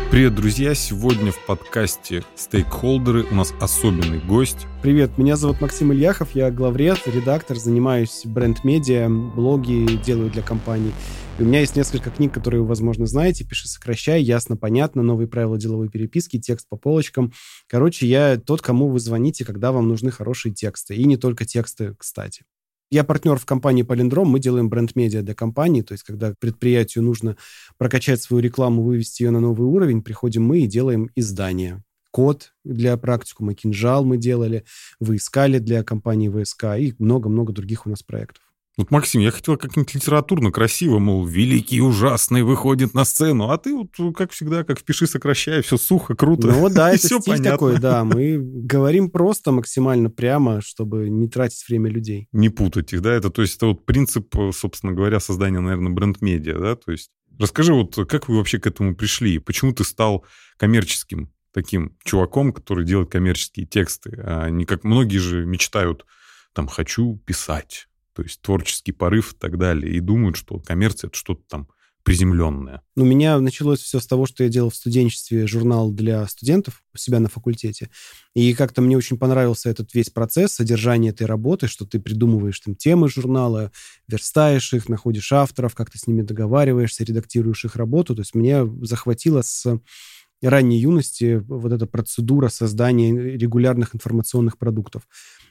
Привет, друзья! Сегодня в подкасте «Стейкхолдеры» у нас особенный гость. Привет, меня зовут Максим Ильяхов, я главред, редактор, занимаюсь бренд-медиа, блоги делаю для компаний. И у меня есть несколько книг, которые вы, возможно, знаете. «Пиши, сокращай», «Ясно, понятно», «Новые правила деловой переписки», «Текст по полочкам». Короче, я тот, кому вы звоните, когда вам нужны хорошие тексты. И не только тексты, кстати. Я партнер в компании «Полиндром», мы делаем бренд-медиа для компании, то есть когда предприятию нужно прокачать свою рекламу, вывести ее на новый уровень, приходим мы и делаем издание. Код для практикума, кинжал мы делали, вы искали для компании ВСК и много-много других у нас проектов. Вот, Максим, я хотел как-нибудь литературно, красиво, мол, великий, ужасный выходит на сцену, а ты вот, как всегда, как в «Пиши, сокращай», все сухо, круто. Ну да, это все стиль понятно. такой, да. Мы говорим просто максимально прямо, чтобы не тратить время людей. Не путать их, да? Это, то есть, это вот принцип, собственно говоря, создания, наверное, бренд-медиа, да? То есть, расскажи, вот как вы вообще к этому пришли? Почему ты стал коммерческим таким чуваком, который делает коммерческие тексты? А не как многие же мечтают, там, хочу писать. То есть творческий порыв и так далее. И думают, что коммерция — это что-то там приземленное. У меня началось все с того, что я делал в студенчестве журнал для студентов у себя на факультете. И как-то мне очень понравился этот весь процесс, содержание этой работы, что ты придумываешь там темы журнала, верстаешь их, находишь авторов, как ты с ними договариваешься, редактируешь их работу. То есть мне захватило с ранней юности вот эта процедура создания регулярных информационных продуктов.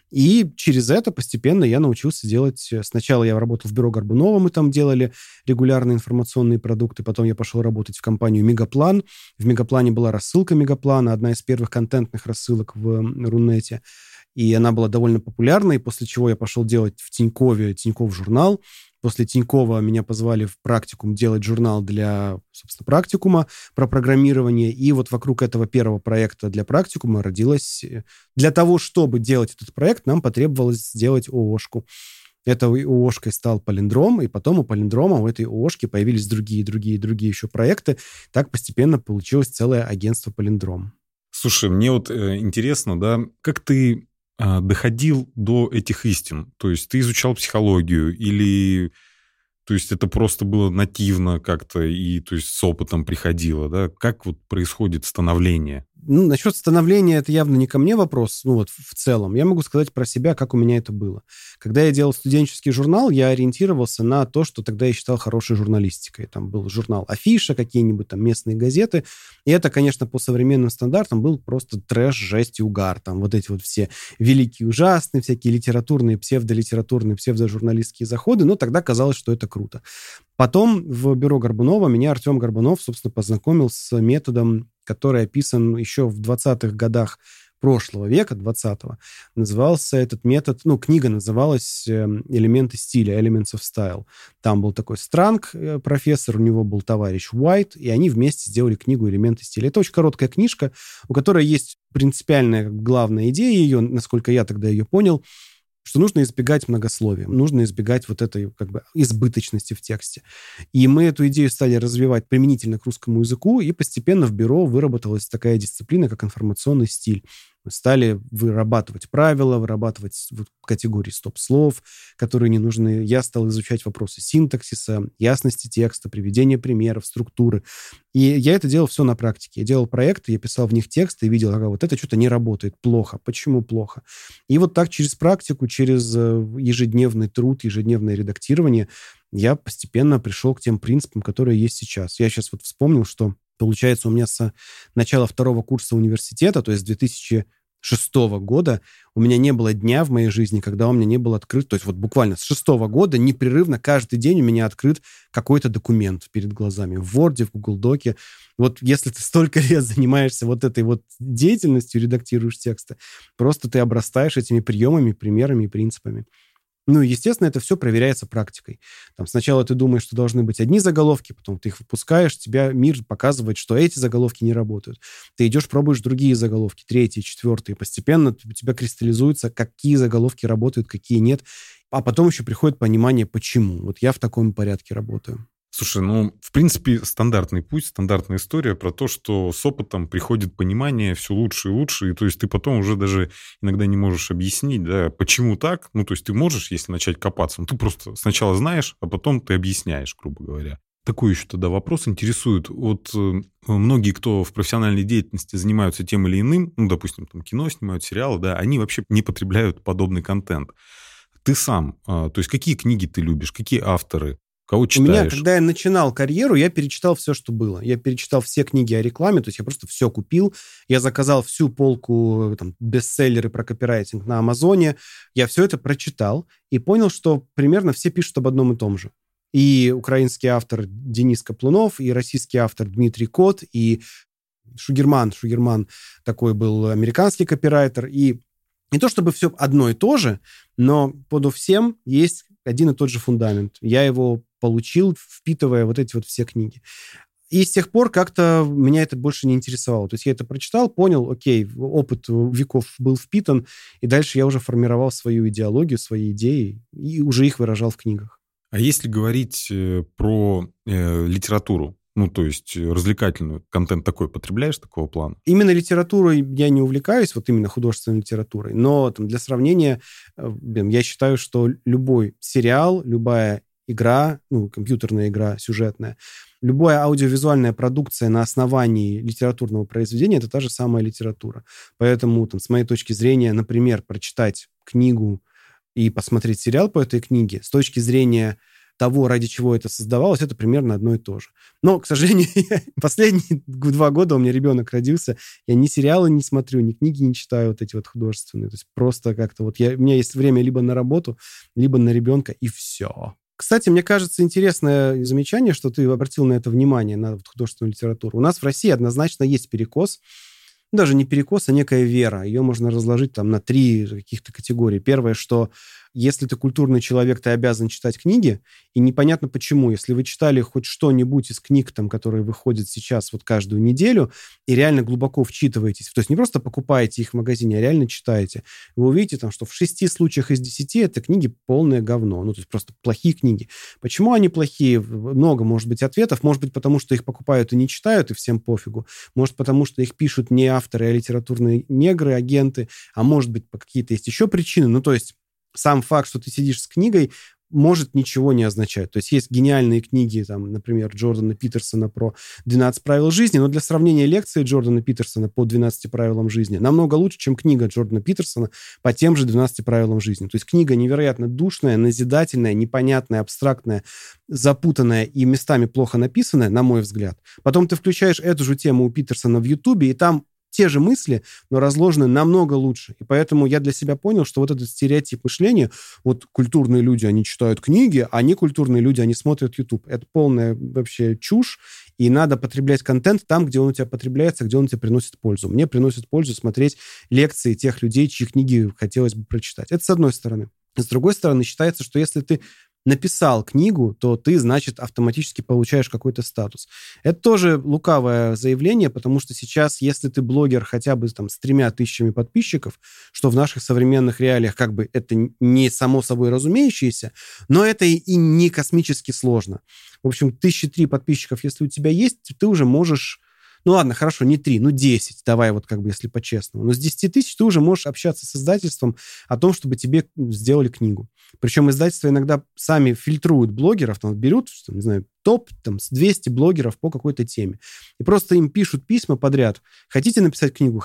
И через это постепенно я научился делать... Сначала я работал в бюро Горбунова, мы там делали регулярные информационные продукты, потом я пошел работать в компанию «Мегаплан». В «Мегаплане» была рассылка «Мегаплана», одна из первых контентных рассылок в Рунете. И она была довольно популярной, после чего я пошел делать в Тинькове Тинькофф журнал. После Тинькова меня позвали в практикум делать журнал для, собственно, практикума про программирование. И вот вокруг этого первого проекта для практикума родилось... Для того, чтобы делать этот проект, нам потребовалось сделать ООшку. Этой ООшкой стал Полиндром, и потом у Полиндрома, у этой ООшки появились другие еще проекты. Так постепенно получилось целое агентство Полиндром. Слушай, мне вот интересно, да, как ты доходил до этих истин? То есть ты изучал психологию или... То есть это просто было нативно как-то и то есть с опытом приходило, да? Как вот происходит становление? Насчет становления это явно не ко мне вопрос, вот в целом. Я могу сказать про себя, как у меня это было. Когда я делал студенческий журнал, я ориентировался на то, что тогда я считал хорошей журналистикой. Там был журнал «Афиша», какие-нибудь там местные газеты. И это, конечно, по современным стандартам был просто трэш, жесть и угар. Там вот эти вот все великие, ужасные, всякие литературные, псевдолитературные, псевдожурналистские заходы. Но тогда казалось, что это круто. Потом в бюро Горбунова меня Артем Горбунов, собственно, познакомил с методом, который описан еще в 20-х годах прошлого века, 20-го. Назывался этот метод, книга называлась «Элементы стиля», «Elements of Style». Там был такой Странг, профессор, у него был товарищ Уайт, и они вместе сделали книгу «Элементы стиля». Это очень короткая книжка, у которой есть принципиальная главная идея ее, насколько я тогда ее понял, что нужно избегать многословия, нужно избегать вот этой избыточности в тексте. И мы эту идею стали развивать применительно к русскому языку, и постепенно в бюро выработалась такая дисциплина, как информационный стиль. Мы стали вырабатывать правила, вырабатывать категории стоп-слов, которые не нужны. Я стал изучать вопросы синтаксиса, ясности текста, приведения примеров, структуры. И я это делал все на практике. Я делал проекты, я писал в них тексты и видел, вот это что-то не работает, плохо. Почему плохо? И вот так через практику, через ежедневный труд, ежедневное редактирование я постепенно пришел к тем принципам, которые есть сейчас. Я сейчас вот вспомнил, что получается у меня с начала второго курса университета, то есть с 2006 года, у меня не было дня в моей жизни, когда у меня не был открыт, то есть вот буквально с 2006 года непрерывно каждый день у меня открыт какой-то документ перед глазами. В Word, в Google Доке. Вот если ты столько лет занимаешься вот этой вот деятельностью, редактируешь тексты, просто ты обрастаешь этими приемами, примерами и принципами. Естественно, это все проверяется практикой. Там сначала ты думаешь, что должны быть одни заголовки, потом ты их выпускаешь, тебя мир показывает, что эти заголовки не работают. Ты идешь, пробуешь другие заголовки, третьи, четвертые. Постепенно у тебя кристаллизуется, какие заголовки работают, какие нет. А потом еще приходит понимание, почему. Вот я в таком порядке работаю. Слушай, в принципе, стандартный путь, стандартная история про то, что с опытом приходит понимание все лучше и лучше, и то есть ты потом уже даже иногда не можешь объяснить, да, почему так. То есть ты можешь, если начать копаться, ты просто сначала знаешь, а потом ты объясняешь, грубо говоря. Такой еще тогда вопрос интересует. Вот многие, кто в профессиональной деятельности занимаются тем или иным, ну, допустим, там кино снимают, сериалы, да, они вообще не потребляют подобный контент. Ты сам, то есть какие книги ты любишь, какие авторы, кого читаешь? У меня, когда я начинал карьеру, я перечитал все, что было. Я перечитал все книги о рекламе, то есть я просто все купил. Я заказал всю полку там, бестселлеры про копирайтинг на Амазоне. Я все это прочитал и понял, что примерно все пишут об одном и том же. И украинский автор Денис Каплунов, и российский автор Дмитрий Кот, и Шугерман такой был американский копирайтер. И не то чтобы все одно и то же, но под всем есть один и тот же фундамент. Я его получил, впитывая вот эти вот все книги. И с тех пор как-то меня это больше не интересовало. То есть я это прочитал, понял, окей, опыт веков был впитан, и дальше я уже формировал свою идеологию, свои идеи, и уже их выражал в книгах. А если говорить про литературу, ну, то есть развлекательную, контент такой потребляешь, такого плана? Именно литературой я не увлекаюсь, вот именно художественной литературой, но там, для сравнения, я считаю, что любой сериал, любая игра, ну, компьютерная игра, сюжетная, любая аудиовизуальная продукция на основании литературного произведения — это та же самая литература. Поэтому, там, с моей точки зрения, например, прочитать книгу и посмотреть сериал по этой книге, с точки зрения того, ради чего это создавалось, это примерно одно и то же. Но, к сожалению, последние 2 года у меня ребенок родился, я ни сериалы не смотрю, ни книги не читаю вот эти вот художественные. То есть просто как-то вот у меня есть время либо на работу, либо на ребенка, и все. Кстати, мне кажется, интересное замечание, что ты обратил на это внимание, на вот художественную литературу. У нас в России однозначно есть перекос, даже не перекос, а некая вера. Ее можно разложить там на 3 каких-то категории. Первое, что если ты культурный человек, ты обязан читать книги, и непонятно почему. Если вы читали хоть что-нибудь из книг, там, которые выходят сейчас вот каждую неделю, и реально глубоко вчитываетесь, то есть не просто покупаете их в магазине, а реально читаете, вы увидите, там, что в 6 случаях из 10 это книги полное говно, ну, то есть просто плохие книги. Почему они плохие? Много, может быть, ответов. Может быть, потому что их покупают и не читают, и всем пофигу. Может, потому что их пишут не авторы, а литературные негры, агенты. А может быть, по какие-то есть еще причины. Ну, то есть сам факт, что ты сидишь с книгой, может ничего не означать. То есть есть гениальные книги, там, например, Джордана Питерсона про 12 правил жизни, но для сравнения лекции Джордана Питерсона по 12 правилам жизни намного лучше, чем книга Джордана Питерсона по тем же 12 правилам жизни. То есть книга невероятно душная, назидательная, непонятная, абстрактная, запутанная и местами плохо написанная, на мой взгляд. Потом ты включаешь эту же тему у Питерсона в Ютубе, и там те же мысли, но разложены намного лучше. И поэтому я для себя понял, что вот этот стереотип мышления, вот культурные люди, они читают книги, а некультурные люди, они смотрят YouTube. Это полная вообще чушь, и надо потреблять контент там, где он у тебя потребляется, где он тебе приносит пользу. Мне приносит пользу смотреть лекции тех людей, чьи книги хотелось бы прочитать. Это с одной стороны. С другой стороны, считается, что если ты написал книгу, то ты, значит, автоматически получаешь какой-то статус. Это тоже лукавое заявление, потому что сейчас, если ты блогер хотя бы там с 3 тысячами подписчиков, что в наших современных реалиях как бы это не само собой разумеющееся, но это и не космически сложно. В общем, 1003 подписчиков, если у тебя есть, ты уже можешь... Ну ладно, хорошо, не 3, ну 10, давай вот как бы если по-честному. Но с 10 тысяч ты уже можешь общаться с издательством о том, чтобы тебе сделали книгу. Причем издательства иногда сами фильтруют блогеров, там, берут, не знаю, топ там, с 200 блогеров по какой-то теме. И просто им пишут письма подряд. Хотите написать книгу,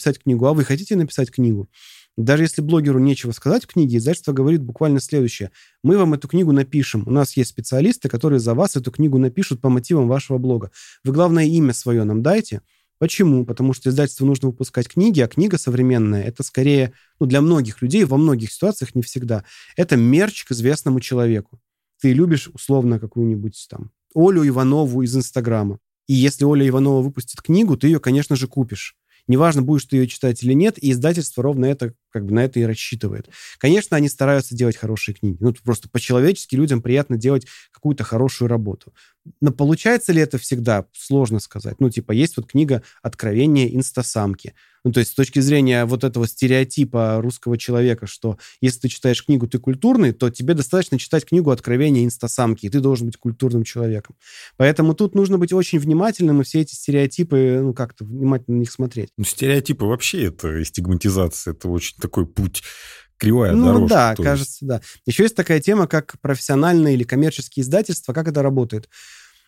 а вы хотите написать книгу? Даже если блогеру нечего сказать в книге, издательство говорит буквально следующее. Мы вам эту книгу напишем. У нас есть специалисты, которые за вас эту книгу напишут по мотивам вашего блога. Вы, главное, имя свое нам дайте. Почему? Потому что издательству нужно выпускать книги, а книга современная — это скорее, ну, для многих людей, во многих ситуациях, не всегда, это мерч к известному человеку. Ты любишь, условно, какую-нибудь там Олю Иванову из Инстаграма. И если Оля Иванова выпустит книгу, ты ее, конечно же, купишь. Неважно, будешь ты ее читать или нет, и издательство ровно это, как бы на это и рассчитывает. Конечно, они стараются делать хорошие книги. Ну, просто по-человечески людям приятно делать какую-то хорошую работу. Но получается ли это всегда? Сложно сказать. Ну, типа, есть вот книга «Откровение инстасамки». Ну, то есть с точки зрения вот этого стереотипа русского человека, что если ты читаешь книгу, ты культурный, то тебе достаточно читать книгу «Откровение инстасамки», и ты должен быть культурным человеком. Поэтому тут нужно быть очень внимательным, и все эти стереотипы, ну, как-то внимательно на них смотреть. Ну, стереотипы вообще это стигматизация, это очень такой путь, кривая дорожка. Ну, да, кажется, да. Еще есть такая тема, как профессиональные или коммерческие издательства. Как это работает?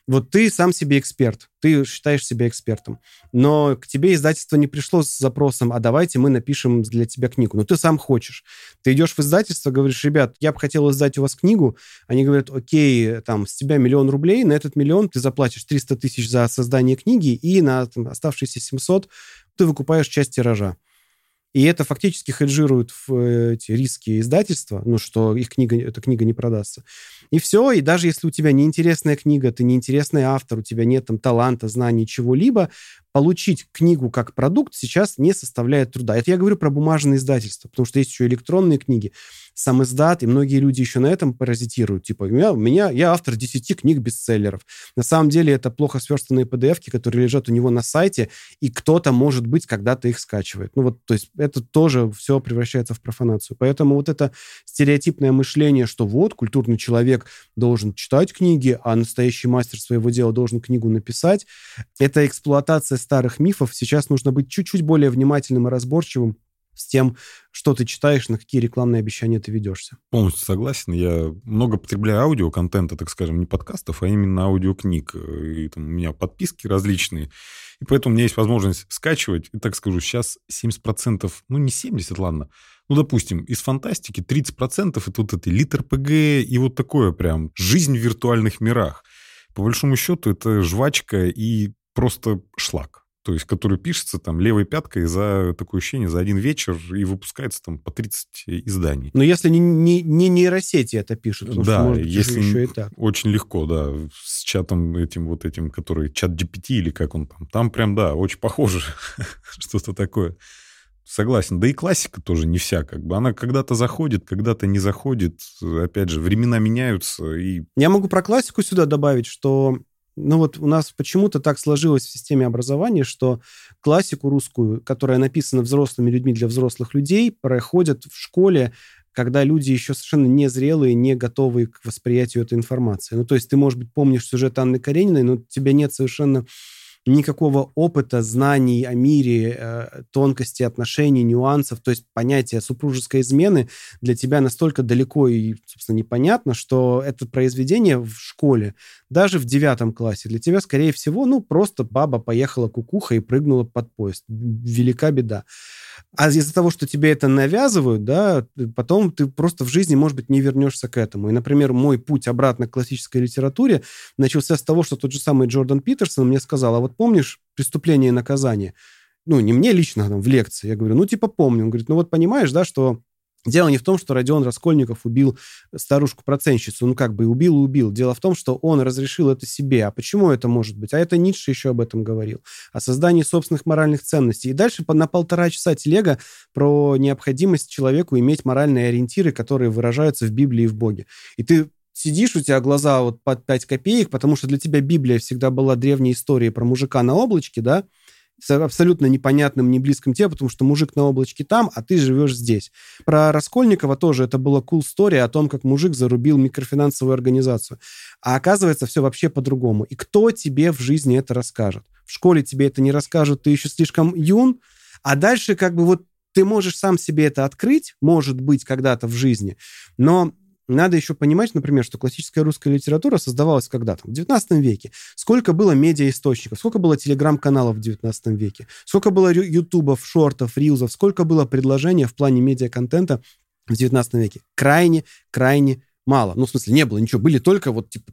Вот ты сам себе эксперт, ты считаешь себя экспертом, но к тебе издательство не пришло с запросом, а давайте мы напишем для тебя книгу. Но ты сам хочешь. Ты идешь в издательство, говоришь, ребят, я бы хотел издать у вас книгу. Они говорят, окей, там, с тебя 1 000 000 рублей, на этот 1 000 000 ты заплатишь 300 000 за создание книги, и на там, оставшиеся 700 ты выкупаешь часть тиража. И это фактически хеджирует эти риски издательства, ну, что эта книга не продастся. И все, и даже если у тебя неинтересная книга, ты неинтересный автор, у тебя нет там таланта, знаний, чего-либо, получить книгу как продукт сейчас не составляет труда. Это я говорю про бумажные издательства, потому что есть еще электронные книги, сам издат, и многие люди еще на этом паразитируют. Типа, я автор 10 книг-бестселлеров. На самом деле это плохо сверстанные PDF-ки, которые лежат у него на сайте, и кто-то, может быть, когда-то их скачивает. Ну вот, то есть это тоже все превращается в профанацию. Поэтому вот это стереотипное мышление, что вот культурный человек должен читать книги, а настоящий мастер своего дела должен книгу написать, это эксплуатация старых мифов. Сейчас нужно быть чуть-чуть более внимательным и разборчивым с тем, что ты читаешь, на какие рекламные обещания ты ведешься. Полностью согласен. Я много потребляю аудиоконтента, так скажем, не подкастов, а именно аудиокниг. И там у меня подписки различные. И поэтому у меня есть возможность скачивать. И так скажу, сейчас 70%, ну не 70, ладно. Ну, допустим, из фантастики 30% это вот это лит-РПГ и вот такое прям жизнь в виртуальных мирах. По большому счету это жвачка и просто шлак. То есть, который пишется там левой пяткой за такое ощущение, за один вечер и выпускается там по 30 изданий. Но если не нейросети это пишут, потому да, что, может быть, если еще и так. Очень легко, да, с чатом этим, который чат GPT или как он там прям, да, очень похоже, что-то такое. Согласен. Да и классика тоже не вся, как бы. Она когда-то заходит, когда-то не заходит. Опять же, времена меняются. И... Я могу про классику сюда добавить, что ну вот у нас почему-то так сложилось в системе образования, что классику русскую, которая написана взрослыми людьми для взрослых людей, проходят в школе, когда люди еще совершенно незрелые, не готовы к восприятию этой информации. Ну, то есть ты, может быть, помнишь сюжет Анны Карениной, но у тебя нет совершенно никакого опыта, знаний о мире, тонкости отношений, нюансов. То есть понятие супружеской измены для тебя настолько далеко и, собственно, непонятно, что это произведение в школе, даже в 9 классе, для тебя, скорее всего, ну, просто баба поехала кукуха и прыгнула под поезд. Велика беда. А из-за того, что тебе это навязывают, да, потом ты просто в жизни, может быть, не вернешься к этому. И, например, мой путь обратно к классической литературе начался с того, что тот же самый Джордан Питерсон мне сказал, а вот помнишь «Преступление и наказание»? Ну, не мне лично, там, в лекции. Я говорю, ну, типа, помню. Он говорит, ну, вот понимаешь, да, что дело не в том, что Родион Раскольников убил старушку-процентщицу. Ну, как бы убил и убил. Дело в том, что он разрешил это себе. А почему это может быть? А это Ницше еще об этом говорил. О создании собственных моральных ценностей. И дальше на 1,5 часа телега про необходимость человеку иметь моральные ориентиры, которые выражаются в Библии и в Боге. И ты сидишь, у тебя глаза вот под 5 копеек, потому что для тебя Библия всегда была древней историей про мужика на облачке, да, с абсолютно непонятным, не близким тебе, потому что мужик на облачке там, а ты живешь здесь. Про Раскольникова тоже это была cool story о том, как мужик зарубил микрофинансовую организацию. А оказывается, все вообще по-другому. И кто тебе в жизни это расскажет? В школе тебе это не расскажут, ты еще слишком юн, а дальше как бы вот ты можешь сам себе это открыть, может быть, когда-то в жизни, но надо еще понимать, например, что классическая русская литература создавалась когда-то, в XIX веке. Сколько было медиаисточников, сколько было телеграм-каналов в XIX веке, сколько было ютубов, шортов, рилзов, сколько было предложений в плане медиаконтента в XIX веке. Крайне мало. Ну, в смысле, не было ничего. Были только вот типа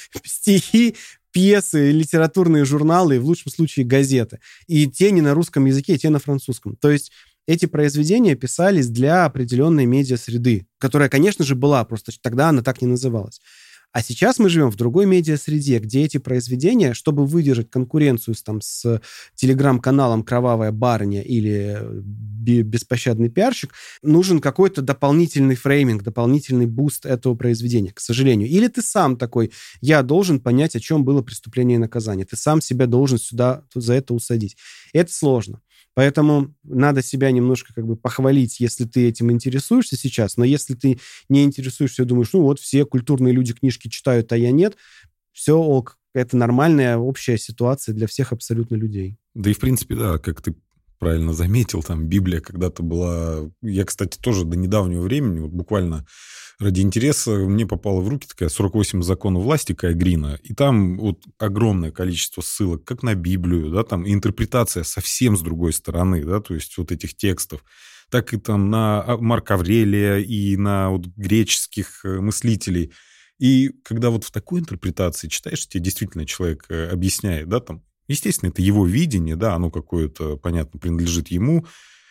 стихи, пьесы, литературные журналы и в лучшем случае газеты. И те не на русском языке, и те на французском. То есть эти произведения писались для определенной медиасреды, которая, конечно же, была, просто тогда она так не называлась. А сейчас мы живем в другой медиасреде, где эти произведения, чтобы выдержать конкуренцию с телеграм-каналом «Кровавая барыня» или «Беспощадный пиарщик», нужен какой-то дополнительный фрейминг, дополнительный буст этого произведения, к сожалению. Или ты сам такой, я должен понять, о чем было преступление и наказание. Ты сам себя должен сюда за это усадить. Это сложно. Поэтому надо себя немножко как бы похвалить, если ты этим интересуешься сейчас. Но если ты не интересуешься, думаешь, ну вот все культурные люди книжки читают, а я нет, все ок. Это нормальная общая ситуация для всех абсолютно людей. Да и в принципе, да, как ты правильно заметил, там Библия когда-то была... Я, кстати, тоже до недавнего времени, вот буквально ради интереса, мне попала в руки такая 48 законов власти Кая Грина, и там вот огромное количество ссылок как на Библию, да, там и интерпретация совсем с другой стороны, да, то есть вот этих текстов, так и там на Марка Аврелия и на вот греческих мыслителей. И когда вот в такой интерпретации читаешь, тебе действительно человек объясняет, да, там, естественно, это его видение, да, оно какое-то, понятно, принадлежит ему,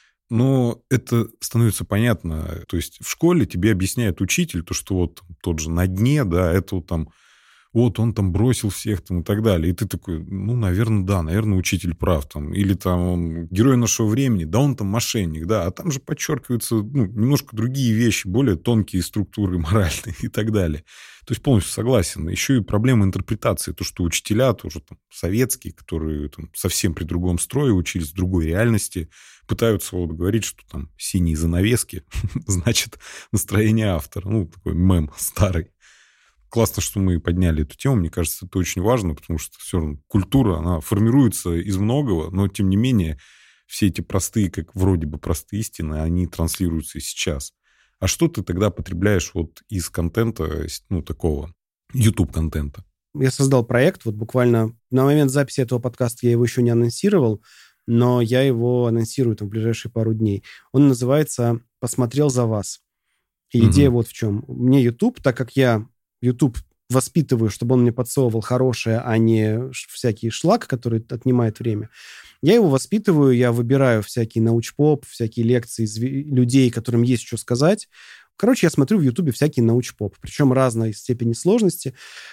но это становится понятно. То есть в школе тебе объясняет учитель, то, что вот тот же на дне, да, это вот там, вот он там бросил всех там и так далее. И ты такой, ну, наверное, да, наверное, учитель прав там. Или там он герой нашего времени, да, он там мошенник, да. А там же подчеркиваются, ну, немножко другие вещи, более тонкие структуры моральные и так далее. То есть полностью согласен. Еще и проблема интерпретации. То, что учителя тоже там советские, которые там совсем при другом строе учились, в другой реальности, пытаются вот говорить, что там синие занавески, значит, настроение автора. Ну, такой мем старый. Классно, что мы подняли эту тему. Мне кажется, это очень важно, потому что все равно культура, она формируется из многого, но, тем не менее, все эти простые, как вроде бы простые истины, они транслируются и сейчас. А что ты тогда потребляешь вот из контента, ну, такого YouTube-контента? Я создал проект, вот буквально на момент записи этого подкаста я его еще не анонсировал, но я его анонсирую там в ближайшие пару дней. Он называется «Посмотрел за вас». И идея вот в чем. Мне YouTube, так как я YouTube воспитываю, чтобы он мне подсовывал хорошее, а не всякий шлак, который отнимает время. Я его воспитываю, я выбираю всякий научпоп, всякие лекции из людей, которым есть что сказать. Короче, я смотрю в Ютубе всякий научпоп, причем разной степени сложности.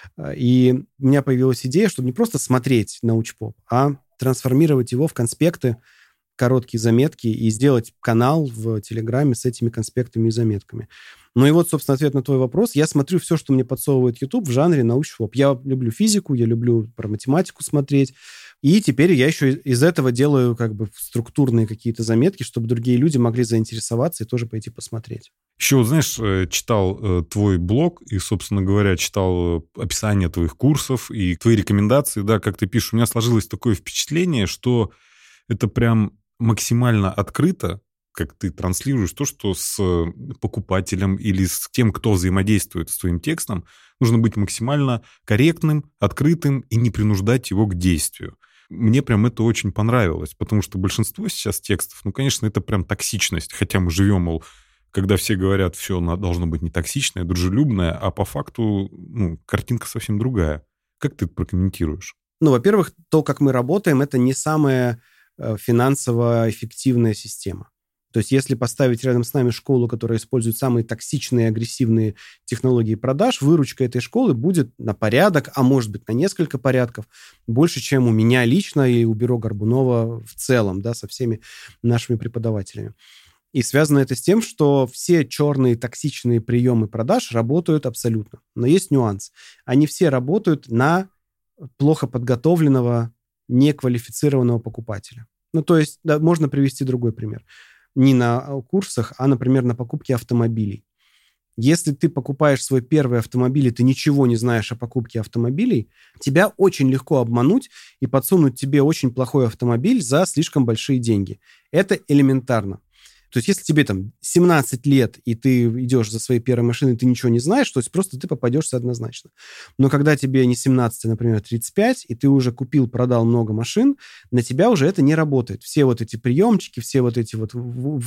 И у меня появилась идея, чтобы не просто смотреть научпоп, а трансформировать его в конспекты, короткие заметки и сделать канал в Телеграме с этими конспектами и заметками. Ну и вот, собственно, ответ на твой вопрос. Я смотрю все, что мне подсовывает YouTube в жанре научпоп. Я люблю физику, я люблю про математику смотреть. И теперь я еще из этого делаю как бы структурные какие-то заметки, чтобы другие люди могли заинтересоваться и тоже пойти посмотреть. Еще, знаешь, читал твой блог и, собственно говоря, читал описание твоих курсов и твои рекомендации, да, как ты пишешь. У меня сложилось такое впечатление, что это прям максимально открыто, как ты транслируешь то, что с покупателем или с тем, кто взаимодействует с твоим текстом, нужно быть максимально корректным, открытым и не принуждать его к действию. Мне прям это очень понравилось, потому что большинство сейчас текстов, ну, конечно, это прям токсичность, хотя мы живем, мол, когда все говорят, все должно быть не токсичное, дружелюбное, а по факту, ну, картинка совсем другая. Как ты это прокомментируешь? Ну, во-первых, то, как мы работаем, это не самая финансово эффективная система. То есть если поставить рядом с нами школу, которая использует самые токсичные, агрессивные технологии продаж, выручка этой школы будет на порядок, а может быть на несколько порядков, больше, чем у меня лично и у бюро Горбунова в целом, да, со всеми нашими преподавателями. И связано это с тем, что все черные токсичные приемы продаж работают абсолютно. Но есть нюанс. Они все работают на плохо подготовленного, неквалифицированного покупателя. Ну, то есть, да, можно привести другой пример. Не на курсах, а, например, на покупке автомобилей. Если ты покупаешь свой первый автомобиль, и ты ничего не знаешь о покупке автомобилей, тебя очень легко обмануть и подсунуть тебе очень плохой автомобиль за слишком большие деньги. Это элементарно. То есть если тебе там 17 лет, и ты идешь за своей первой машиной, ты ничего не знаешь, то есть просто ты попадешься однозначно. Но когда тебе не 17, например, 35, и ты уже купил, продал много машин, на тебя уже это не работает. Все вот эти приемчики, все вот эти вот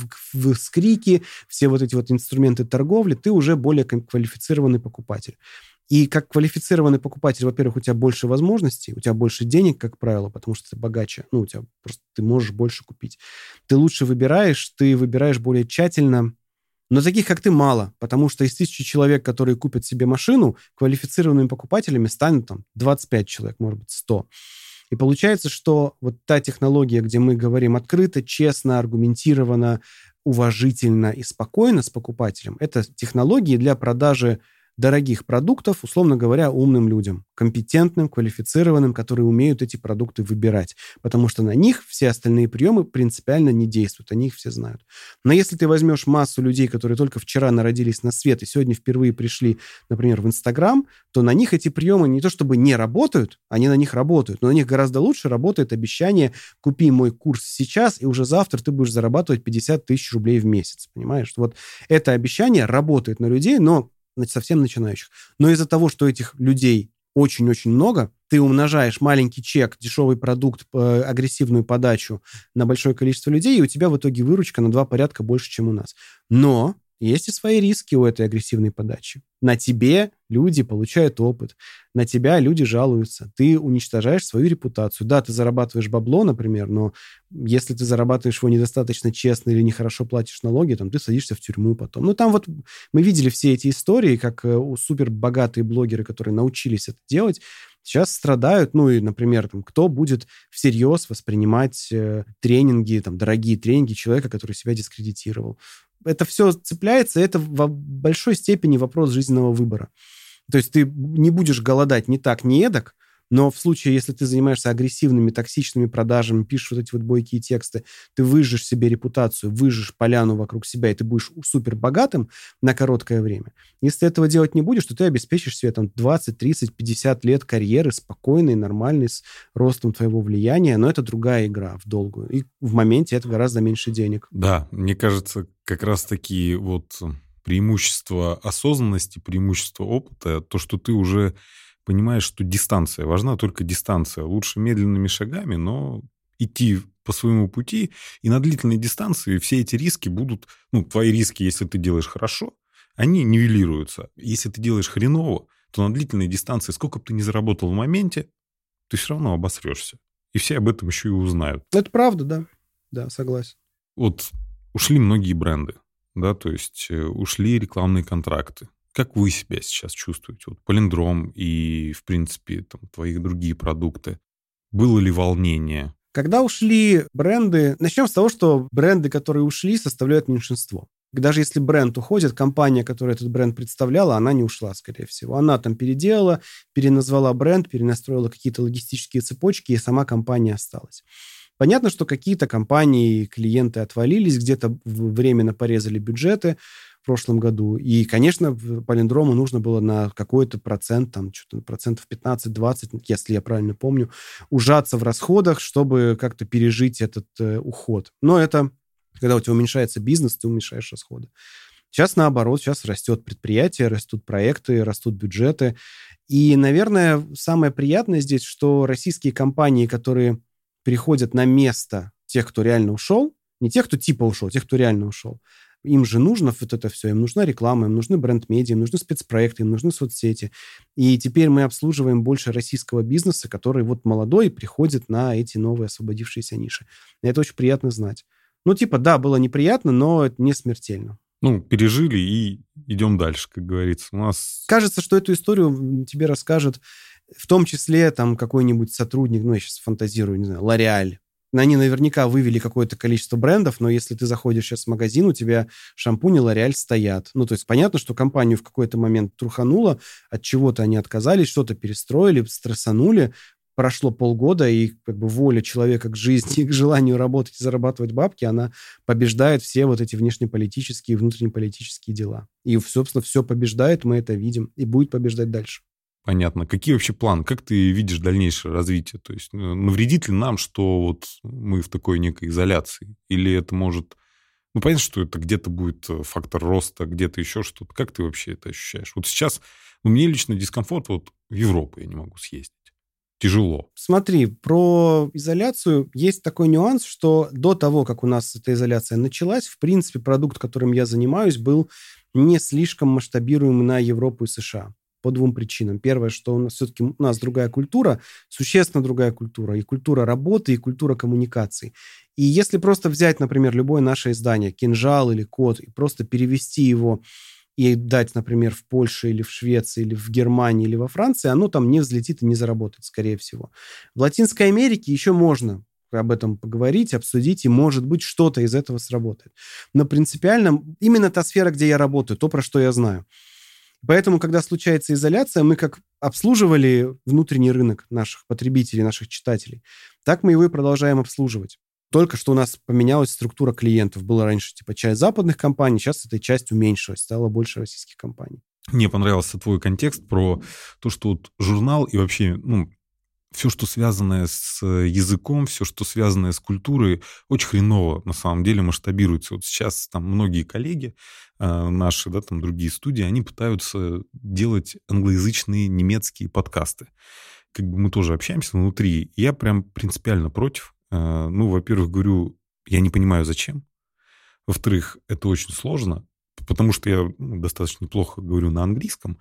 вскрики, все вот эти вот инструменты торговли, ты уже более квалифицированный покупатель. И как квалифицированный покупатель, во-первых, у тебя больше возможностей, у тебя больше денег, как правило, потому что ты богаче. Ну, у тебя просто ты можешь больше купить. Ты лучше выбираешь, ты выбираешь более тщательно. Но таких, как ты, мало, потому что из 1000 человек, которые купят себе машину, квалифицированными покупателями станет там 25 человек, может быть, 100. И получается, что вот та технология, где мы говорим открыто, честно, аргументированно, уважительно и спокойно с покупателем, это технологии для продажи дорогих продуктов, условно говоря, умным людям, компетентным, квалифицированным, которые умеют эти продукты выбирать, потому что на них все остальные приемы принципиально не действуют, они их все знают. Но если ты возьмешь массу людей, которые только вчера народились на свет и сегодня впервые пришли, например, в Инстаграм, то на них эти приемы не то чтобы не работают, они на них работают, но на них гораздо лучше работает обещание «купи мой курс сейчас, и уже завтра ты будешь зарабатывать 50 тысяч рублей в месяц». Понимаешь? Вот это обещание работает на людей, но совсем начинающих. Но из-за того, что этих людей очень-очень много, ты умножаешь маленький чек, дешевый продукт, агрессивную подачу на большое количество людей, и у тебя в итоге выручка на 2 порядка больше, чем у нас. Но есть и свои риски у этой агрессивной подачи. На тебе люди получают опыт, на тебя люди жалуются, ты уничтожаешь свою репутацию. Да, ты зарабатываешь бабло, например, но если ты зарабатываешь его недостаточно честно или нехорошо платишь налоги, там, ты садишься в тюрьму потом. Ну, там вот мы видели все эти истории, как супербогатые блогеры, которые научились это делать, сейчас страдают, ну и, например, там, кто будет всерьез воспринимать тренинги, там, дорогие тренинги человека, который себя дискредитировал. Это все цепляется, это в большой степени вопрос жизненного выбора. То есть ты не будешь голодать ни так, ни эдак, но в случае, если ты занимаешься агрессивными, токсичными продажами, пишешь вот эти вот бойкие тексты, ты выжжешь себе репутацию, выжжешь поляну вокруг себя, и ты будешь супер богатым на короткое время. Если ты этого делать не будешь, то ты обеспечишь себе там 20, 30, 50 лет карьеры спокойной, нормальной, с ростом твоего влияния, но это другая игра в долгую. И в моменте это гораздо меньше денег. Да, мне кажется, как раз-таки вот преимущество осознанности, преимущество опыта, то, что ты уже понимаешь, что дистанция, важна только дистанция. Лучше медленными шагами, но идти по своему пути, и на длительной дистанции все эти риски будут, ну, твои риски, если ты делаешь хорошо, они нивелируются. Если ты делаешь хреново, то на длительной дистанции, сколько бы ты ни заработал в моменте, ты все равно обосрешься. И все об этом еще и узнают. Это правда, да. Да, согласен. Вот ушли многие бренды, да, то есть ушли рекламные контракты. Как вы себя сейчас чувствуете? Вот Полиндром и, в принципе, там, твои другие продукты. Было ли волнение? Когда ушли бренды... Начнем с того, что бренды, которые ушли, составляют меньшинство. Даже если бренд уходит, компания, которая этот бренд представляла, она не ушла, скорее всего. Она там переделала, переназвала бренд, перенастроила какие-то логистические цепочки, и сама компания осталась. Понятно, что какие-то компании, клиенты отвалились, где-то временно порезали бюджеты в прошлом году. И, конечно, Полиндрому нужно было на какой-то процент, там, что-то процентов 15-20, если я правильно помню, ужаться в расходах, чтобы как-то пережить этот уход. Но это, когда у тебя уменьшается бизнес, ты уменьшаешь расходы. Сейчас наоборот, сейчас растет предприятие, растут проекты, растут бюджеты. И, наверное, самое приятное здесь, что российские компании, которые переходят на место тех, кто реально ушел, не тех, кто типа ушел, тех, кто реально ушел. Им же нужно вот это все, им нужна реклама, им нужны бренд-медиа, им нужны спецпроекты, им нужны соцсети. И теперь мы обслуживаем больше российского бизнеса, который вот молодой приходит на эти новые освободившиеся ниши. И это очень приятно знать. Ну, типа, да, было неприятно, но это не смертельно. Ну, пережили и идем дальше, как говорится. У нас... Кажется, что эту историю тебе расскажет в том числе там какой-нибудь сотрудник, ну, я сейчас фантазирую, не знаю, L'Oréal. Они наверняка вывели какое-то количество брендов, но если ты заходишь сейчас в магазин, у тебя шампуни L'Oréal стоят. Ну, то есть понятно, что компанию в какой-то момент трухануло, от чего-то они отказались, что-то перестроили, стрессанули. Прошло полгода, и как бы воля человека к жизни, к желанию работать и зарабатывать бабки, она побеждает все вот эти внешнеполитические и внутреннеполитические дела. И, собственно, все побеждает, мы это видим, и будет побеждать дальше. Понятно. Какие вообще планы? Как ты видишь дальнейшее развитие? То есть навредит ли нам, что вот мы в такой некой изоляции? Или это может... Ну, понятно, что это где-то будет фактор роста, где-то еще что-то. Как ты вообще это ощущаешь? Вот сейчас мне лично дискомфорт, вот в Европу я не могу съездить. Тяжело. Смотри, про изоляцию есть такой нюанс, что до того, как у нас эта изоляция началась, в принципе, продукт, которым я занимаюсь, был не слишком масштабируемый на Европу и США. По 2 причинам. Первое, что у нас все-таки у нас другая культура, существенно другая культура. И культура работы, и культура коммуникаций. И если просто взять, например, любое наше издание, «Кинжал» или «Код», и просто перевести его и дать, например, в Польше или в Швеции, или в Германии, или во Франции, оно там не взлетит и не заработает, скорее всего. В Латинской Америке еще можно об этом поговорить, обсудить, и, может быть, что-то из этого сработает. Но принципиально именно та сфера, где я работаю, то, про что я знаю. Поэтому, когда случается изоляция, мы как обслуживали внутренний рынок наших потребителей, наших читателей, так мы его и продолжаем обслуживать. Только что у нас поменялась структура клиентов. Было раньше часть западных компаний, сейчас эта часть уменьшилась, стало больше российских компаний. Мне понравился твой контекст про то, что вот журнал и вообще, все, что связанное с языком, все, что связанное с культурой, очень хреново на самом деле масштабируется. Вот сейчас там многие коллеги наши, да, там другие студии, они пытаются делать англоязычные немецкие подкасты. Как бы мы тоже общаемся внутри. Я прям принципиально против. Во-первых, говорю, я не понимаю, зачем. Во-вторых, это очень сложно, потому что я достаточно плохо говорю на английском,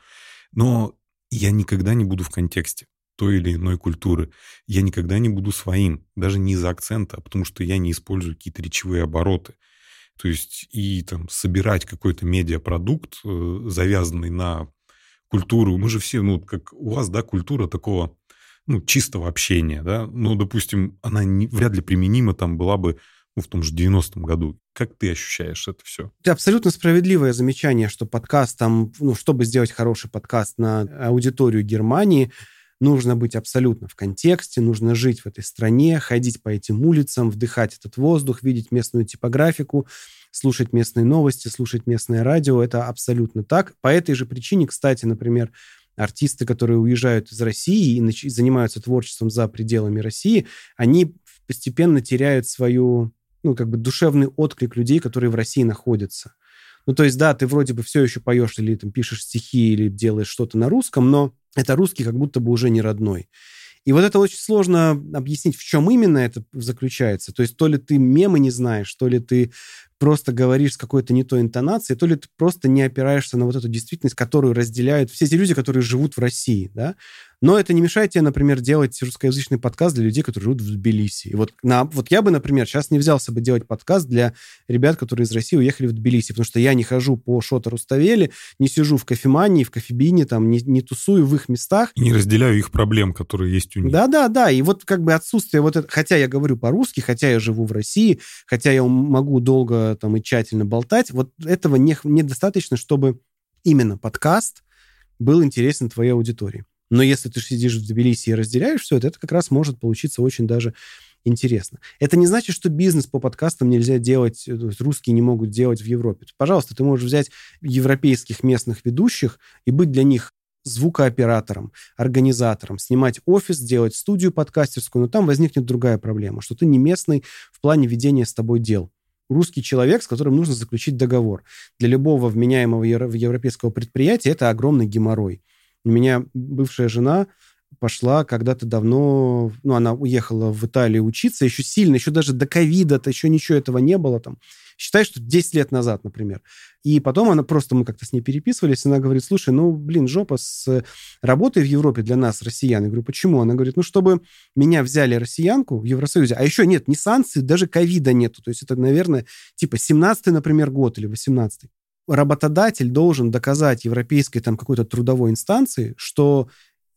но я никогда не буду в контексте той или иной культуры. Я никогда не буду своим, даже не из-за акцента, а потому что я не использую какие-то речевые обороты. То есть и там собирать какой-то медиапродукт, завязанный на культуру. Мы же все, как у вас, да, культура такого, чистого общения, да. Допустим, она вряд ли применима там была бы в том же 90-м году. Как ты ощущаешь это все? Это абсолютно справедливое замечание, что подкаст там, чтобы сделать хороший подкаст на аудиторию Германии, нужно быть абсолютно в контексте, нужно жить в этой стране, ходить по этим улицам, вдыхать этот воздух, видеть местную типографику, слушать местные новости, слушать местное радио. Это абсолютно так. По этой же причине, кстати, например, артисты, которые уезжают из России и занимаются творчеством за пределами России, они постепенно теряют свою, душевный отклик людей, которые в России находятся. То есть, да, ты вроде бы все еще поешь или там пишешь стихи или делаешь что-то на русском, но это русский как будто бы уже не родной. И вот это очень сложно объяснить, в чем именно это заключается. То есть то ли ты мемы не знаешь, то ли ты просто говоришь с какой-то не той интонацией, то ли ты просто не опираешься на вот эту действительность, которую разделяют все те люди, которые живут в России, да. Но это не мешает тебе, например, делать русскоязычный подкаст для людей, которые живут в Тбилиси. И вот я бы, например, сейчас не взялся бы делать подкаст для ребят, которые из России уехали в Тбилиси, потому что я не хожу по Шота Руставели, не сижу в кофемании, в кофебине, там, не тусую в их местах. И не разделяю их проблем, которые есть у них. Да. И вот отсутствие вот этого... Хотя я говорю по-русски, хотя я живу в России, хотя я могу долго там и тщательно болтать, вот этого недостаточно, чтобы именно подкаст был интересен твоей аудитории. Но если ты сидишь в Тбилиси и разделяешь все это как раз может получиться очень даже интересно. Это не значит, что бизнес по подкастам нельзя делать, русские не могут делать в Европе. Пожалуйста, ты можешь взять европейских местных ведущих и быть для них звукооператором, организатором, снимать офис, делать студию подкастерскую, но там возникнет другая проблема, что ты не местный в плане ведения с тобой дел. Русский человек, с которым нужно заключить договор. Для любого вменяемого европейского предприятия это огромный геморрой. У меня бывшая жена пошла когда-то давно, она уехала в Италию учиться, еще даже до ковида, еще ничего этого не было там. Считай, что 10 лет назад, например. И потом мы как-то с ней переписывались, она говорит, слушай, жопа с работой в Европе для нас, россиян. Я говорю, почему? Она говорит, чтобы меня взяли россиянку в Евросоюзе, а еще нет ни санкций, даже ковида нету. То есть это, наверное, 17-й, например, год или 18-й. Работодатель должен доказать европейской какой-то трудовой инстанции, что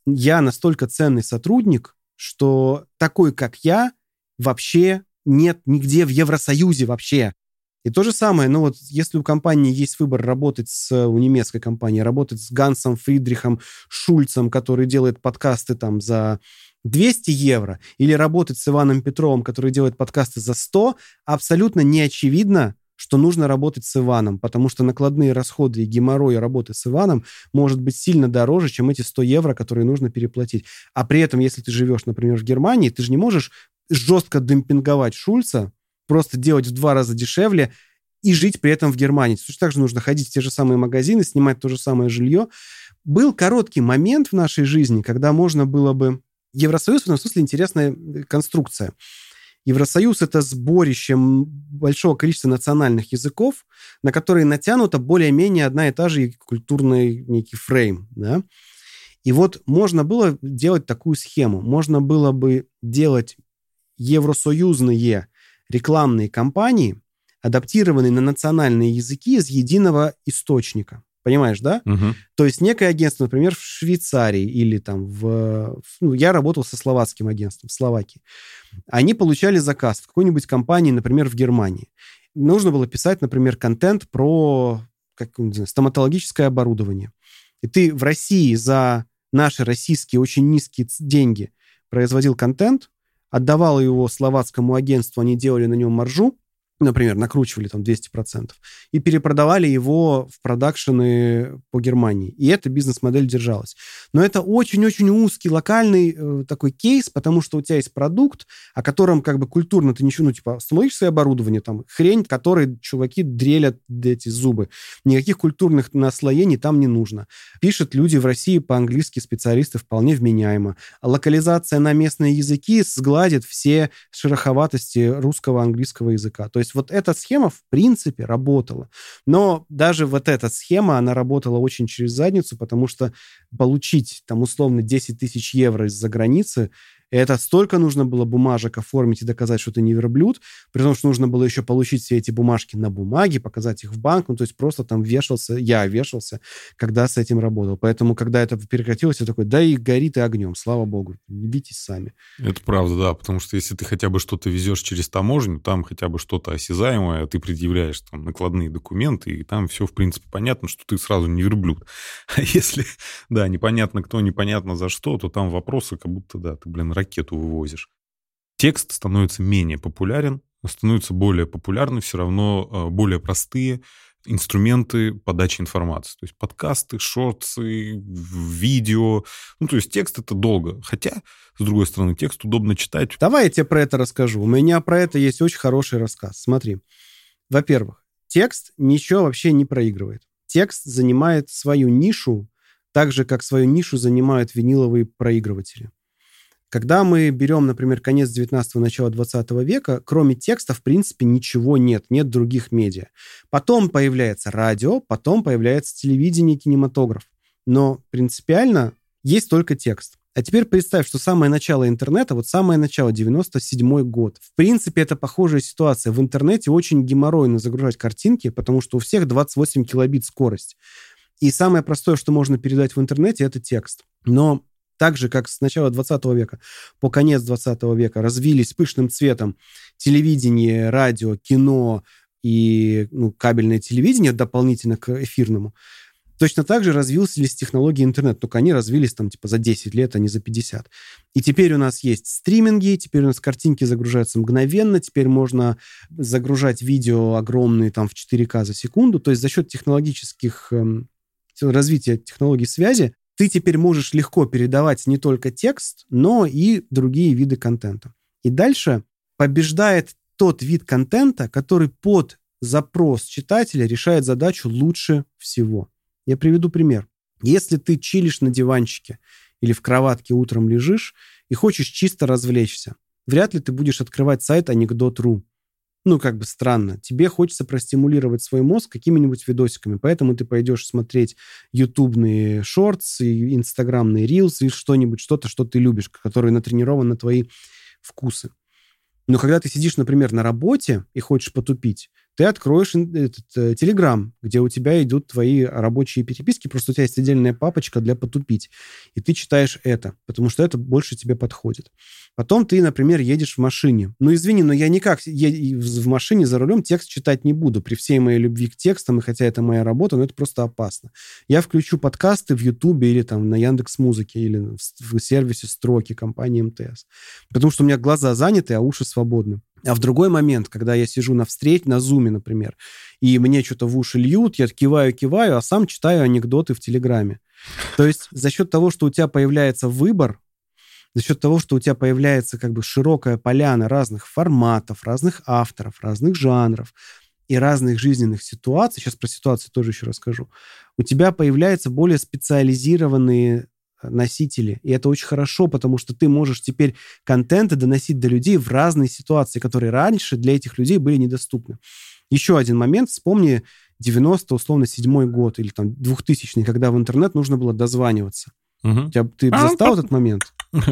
я настолько ценный сотрудник, что такой, как я, вообще нет нигде в Евросоюзе вообще. И то же самое, если у компании есть выбор работать у немецкой компании, работать с Гансом Фридрихом Шульцем, который делает подкасты там за 200 евро, или работать с Иваном Петровым, который делает подкасты за 100, абсолютно не очевидно, что нужно работать с Иваном, потому что накладные расходы и геморрой работы с Иваном может быть сильно дороже, чем эти 100 евро, которые нужно переплатить. А при этом, если ты живешь, например, в Германии, ты же не можешь жестко демпинговать Шульца, просто делать в 2 раза дешевле и жить при этом в Германии. Точно так же нужно ходить в те же самые магазины, снимать то же самое жилье. Был короткий момент в нашей жизни, когда можно было бы... Евросоюз в этом смысле интересная конструкция. Евросоюз — это сборище большого количества национальных языков, на которые натянута более-менее одна и та же культурный некий фрейм. Да? И вот можно было делать такую схему. Можно было бы делать евросоюзные рекламные кампании, адаптированные на национальные языки из единого источника. Понимаешь, да? Угу. То есть некое агентство, например, в Швейцарии или там я работал со словацким агентством в Словакии. Они получали заказ в какой-нибудь компании, например, в Германии. Нужно было писать, например, контент про стоматологическое оборудование. И и ты в России за наши российские очень низкие деньги производил контент, отдавал его словацкому агентству, они делали на нем маржу, например, накручивали там 200%, и перепродавали его в продакшены по Германии. И эта бизнес-модель держалась. Но это очень-очень узкий, локальный такой кейс, потому что у тебя есть продукт, о котором как бы культурно ты ничего, установишь свое оборудование, там, хрень, которой чуваки дрелят эти зубы. Никаких культурных наслоений там не нужно. Пишут люди в России по-английски, специалисты вполне вменяемо. Локализация на местные языки сгладит все шероховатости русского, английского языка. То есть вот эта схема, в принципе, работала. Но даже вот эта схема, она работала очень через задницу, потому что получить, там, условно, 10 тысяч евро из-за границы, это столько нужно было бумажек оформить и доказать, что ты не верблюд, при том, что нужно было еще получить все эти бумажки на бумаге, показать их в банк, то есть просто там я вешался, когда с этим работал. Поэтому, когда это прекратилось, я такой, да и горит и огнем, слава богу, не битесь сами. Это правда, да, потому что если ты хотя бы что-то везешь через таможню, там хотя бы что-то осязаемое, ты предъявляешь там накладные документы, и там все, в принципе, понятно, что ты сразу не верблюд. А если, да, непонятно кто, непонятно за что, то там вопросы, как будто, да, ты, ракету вывозишь. Текст становится менее популярен, становятся более популярны все равно более простые инструменты подачи информации. То есть подкасты, шортсы, видео. То есть текст — это долго. Хотя, с другой стороны, текст удобно читать. Давай я тебе про это расскажу. У меня про это есть очень хороший рассказ. Смотри. Во-первых, текст ничего вообще не проигрывает. Текст занимает свою нишу, так же, как свою нишу занимают виниловые проигрыватели. Когда мы берем, например, конец 19-го, начало 20 века, кроме текста, в принципе, ничего нет других медиа. Потом появляется радио, потом появляется телевидение, кинематограф. Но принципиально есть только текст. А теперь представь, что самое начало интернета, вот самое начало, 97-й год. В принципе, это похожая ситуация. В интернете очень геморройно загружать картинки, потому что у всех 28 килобит скорость. И самое простое, что можно передать в интернете, это текст. Но так же, как с начала 20 века по конец 20 века развились пышным цветом телевидение, радио, кино и кабельное телевидение дополнительно к эфирному, точно так же развились технологии интернета. Только они развились там за 10 лет, а не за 50. И теперь у нас есть стриминги, теперь у нас картинки загружаются мгновенно, теперь можно загружать видео огромные там в 4К за секунду. То есть за счет технологических развития технологий связи ты теперь можешь легко передавать не только текст, но и другие виды контента. И дальше побеждает тот вид контента, который под запрос читателя решает задачу лучше всего. Я приведу пример. Если ты чилишь на диванчике или в кроватке утром лежишь и хочешь чисто развлечься, вряд ли ты будешь открывать сайт Anekdot.ru. Странно. Тебе хочется простимулировать свой мозг какими-нибудь видосиками, поэтому ты пойдешь смотреть ютубные шортсы, инстаграмные рилсы, что-нибудь, что-то, что ты любишь, которое натренировано на твои вкусы. Но когда ты сидишь, например, на работе и хочешь потупить, ты откроешь Telegram, где у тебя идут твои рабочие переписки, просто у тебя есть отдельная папочка для потупить. И ты читаешь это, потому что это больше тебе подходит. Потом ты, например, едешь в машине. Извини, но я никак в машине за рулем текст читать не буду. При всей моей любви к текстам, и хотя это моя работа, но это просто опасно. Я включу подкасты в Ютубе или там на Яндекс.Музыке или в сервисе Строки компании МТС. Потому что у меня глаза заняты, а уши свободны. А в другой момент, когда я сижу на Зуме, например, и мне что-то в уши льют, я киваю, а сам читаю анекдоты в Телеграме. То есть за счет того, что у тебя появляется выбор, за счет того, что у тебя появляется широкая поляна разных форматов, разных авторов, разных жанров и разных жизненных ситуаций, сейчас про ситуации тоже еще расскажу, у тебя появляются более специализированные носители. И это очень хорошо, потому что ты можешь теперь контенты доносить до людей в разные ситуации, которые раньше для этих людей были недоступны. Еще один момент. Вспомни 97-й год или 2000-й, когда в интернет нужно было дозваниваться. Угу. Ты застал этот момент?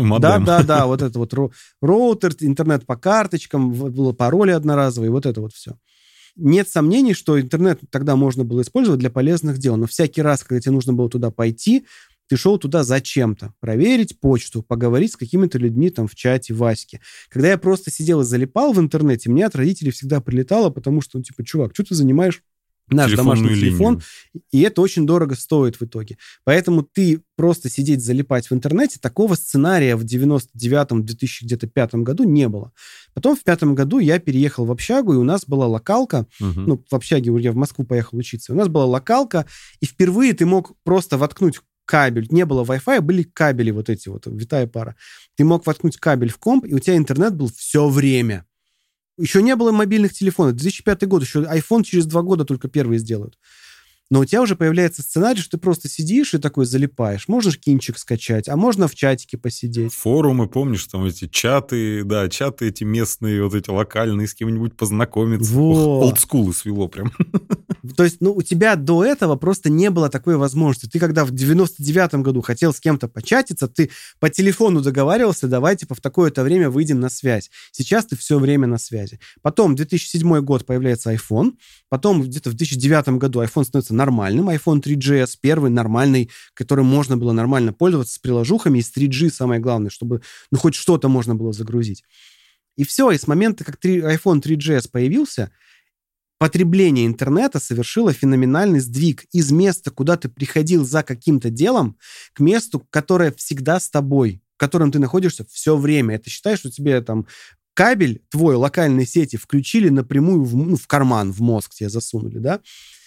Да, вот это вот роутер, интернет по карточкам, было пароли одноразовые, вот это вот все. Нет сомнений, что интернет тогда можно было использовать для полезных дел, но всякий раз, когда тебе нужно было туда пойти, ты шел туда зачем-то. Проверить почту, поговорить с какими-то людьми там в чате, Ваське. Когда я просто сидел и залипал в интернете, мне от родителей всегда прилетало, потому что, чувак, что ты занимаешь наш домашний Телефонную телефон, линию. и это очень дорого стоит в итоге. Поэтому ты просто сидеть, залипать в интернете, такого сценария в 99-м, 2005 году не было. Потом в 2005 году я переехал в общагу, и у нас была локалка, Мгм. в общаге я в Москву поехал учиться, у нас была локалка, и впервые ты мог просто воткнуть кабель. Не было Wi-Fi, были кабели вот эти вот, витая пара. Ты мог воткнуть кабель в комп, и у тебя интернет был все время. Еще не было мобильных телефонов. 2005 год, еще iPhone через 2 года только первые сделают. Но у тебя уже появляется сценарий, что ты просто сидишь и такой залипаешь. Можно ж кинчик скачать, а можно в чатике посидеть. Форумы, помнишь, там эти чаты, да, чаты эти местные, вот эти локальные, с кем-нибудь познакомиться. Во. Олдскулы свело прям. То есть, у тебя до этого просто не было такой возможности. Ты когда в 99-м году хотел с кем-то початиться, ты по телефону договаривался, давай, в такое-то время выйдем на связь. Сейчас ты все время на связи. Потом, 2007 год появляется iPhone. Потом, где-то в 2009 году iPhone становится нормальным. iPhone 3GS первый нормальный, которым можно было нормально пользоваться с приложухами. И с 3G самое главное, чтобы, хоть что-то можно было загрузить. И все. И с момента, как iPhone 3GS появился, потребление интернета совершило феноменальный сдвиг из места, куда ты приходил за каким-то делом, к месту, которое всегда с тобой, в котором ты находишься все время. Это считай, что тебе там кабель твой локальной сети включили напрямую в карман, в мозг тебе засунули, да?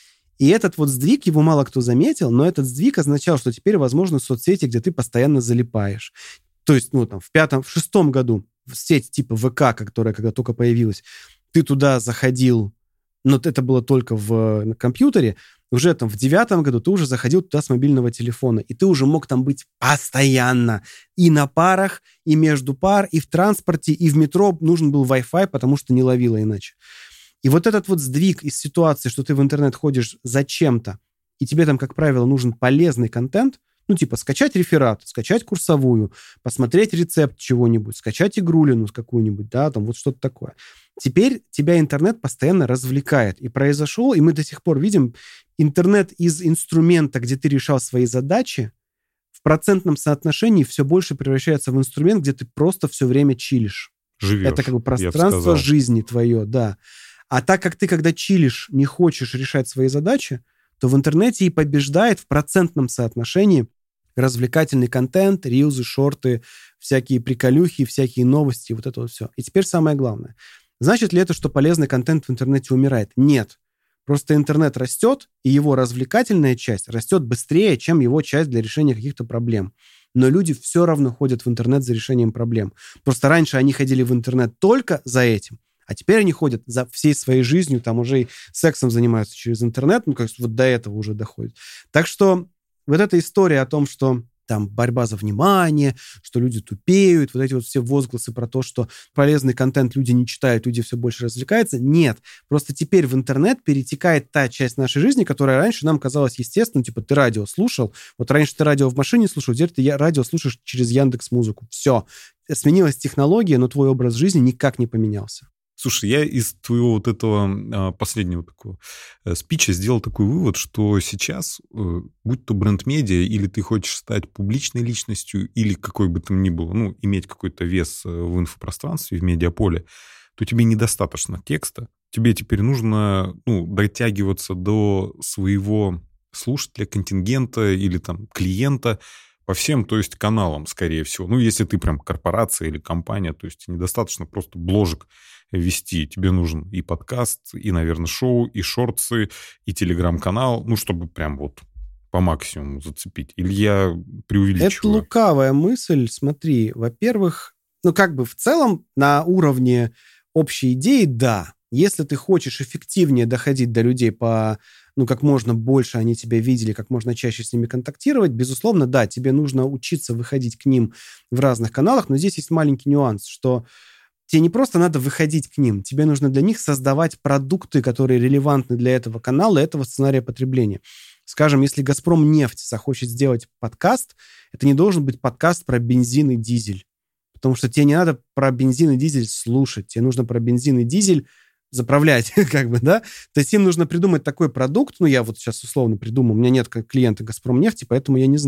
И этот вот сдвиг, его мало кто заметил, но этот сдвиг означал, что теперь возможны соцсети, где ты постоянно залипаешь. То есть, в шестом году в сеть типа ВК, которая когда только появилась, ты туда заходил, но это было только на компьютере, уже в 2009 году ты уже заходил туда с мобильного телефона, и ты уже мог там быть постоянно. И на парах, и между пар, и в транспорте, и в метро нужен был Wi-Fi, потому что не ловило иначе. И вот этот вот сдвиг из ситуации, что ты в интернет ходишь зачем-то, и тебе там, как правило, нужен полезный контент, скачать реферат, скачать курсовую, посмотреть рецепт чего-нибудь, скачать игрулину какую-нибудь, да, вот что-то такое. Теперь тебя интернет постоянно развлекает. И произошел, и мы до сих пор видим, интернет из инструмента, где ты решал свои задачи, в процентном соотношении все больше превращается в инструмент, где ты просто все время чилишь. Живешь, это пространство жизни твое, да. А так как ты, когда чилишь, не хочешь решать свои задачи, то в интернете и побеждает в процентном соотношении развлекательный контент, рилзы, шорты, всякие приколюхи, всякие новости, вот это вот все. И теперь самое главное. Значит ли это, что полезный контент в интернете умирает? Нет. Просто интернет растет, и его развлекательная часть растет быстрее, чем его часть для решения каких-то проблем. Но люди все равно ходят в интернет за решением проблем. Просто раньше они ходили в интернет только за этим, а теперь они ходят за всей своей жизнью, там уже и сексом занимаются через интернет, вот до этого уже доходит. Так что вот эта история о том, что там борьба за внимание, что люди тупеют, вот эти вот все возгласы про то, что полезный контент люди не читают, люди все больше развлекаются. Нет. Просто теперь в интернет перетекает та часть нашей жизни, которая раньше нам казалась естественной. Ты радио слушал. Вот раньше ты радио в машине слушал, теперь ты радио слушаешь через Яндекс.Музыку. Все. Сменилась технология, но твой образ жизни никак не поменялся. Слушай, я из твоего вот этого последнего такого спича сделал такой вывод, что сейчас, будь то бренд-медиа, или ты хочешь стать публичной личностью, или какой бы там ни было, иметь какой-то вес в инфопространстве, в медиаполе, то тебе недостаточно текста. Тебе теперь нужно дотягиваться до своего слушателя, контингента или там клиента по всем, то есть каналам, скорее всего. Если ты прям корпорация или компания, то есть недостаточно просто бложек вести. Тебе нужен и подкаст, и, наверное, шоу, и шортсы, и телеграм-канал, чтобы прям вот по максимуму зацепить. Или я преувеличиваю? Это лукавая мысль. Смотри, во-первых, в целом на уровне общей идеи, да. Если ты хочешь эффективнее доходить до людей по как можно больше они тебя видели, как можно чаще с ними контактировать, безусловно, да, тебе нужно учиться выходить к ним в разных каналах, но здесь есть маленький нюанс, что тебе не просто надо выходить к ним, тебе нужно для них создавать продукты, которые релевантны для этого канала, этого сценария потребления. Скажем, если «Газпромнефть» захочет сделать подкаст, это не должен быть подкаст про бензин и дизель, потому что тебе не надо про бензин и дизель слушать, тебе нужно про бензин и дизель заправлять, да? То есть им нужно придумать такой продукт, я вот сейчас условно придумал, у меня нет клиента «Газпромнефти», поэтому я не знаю.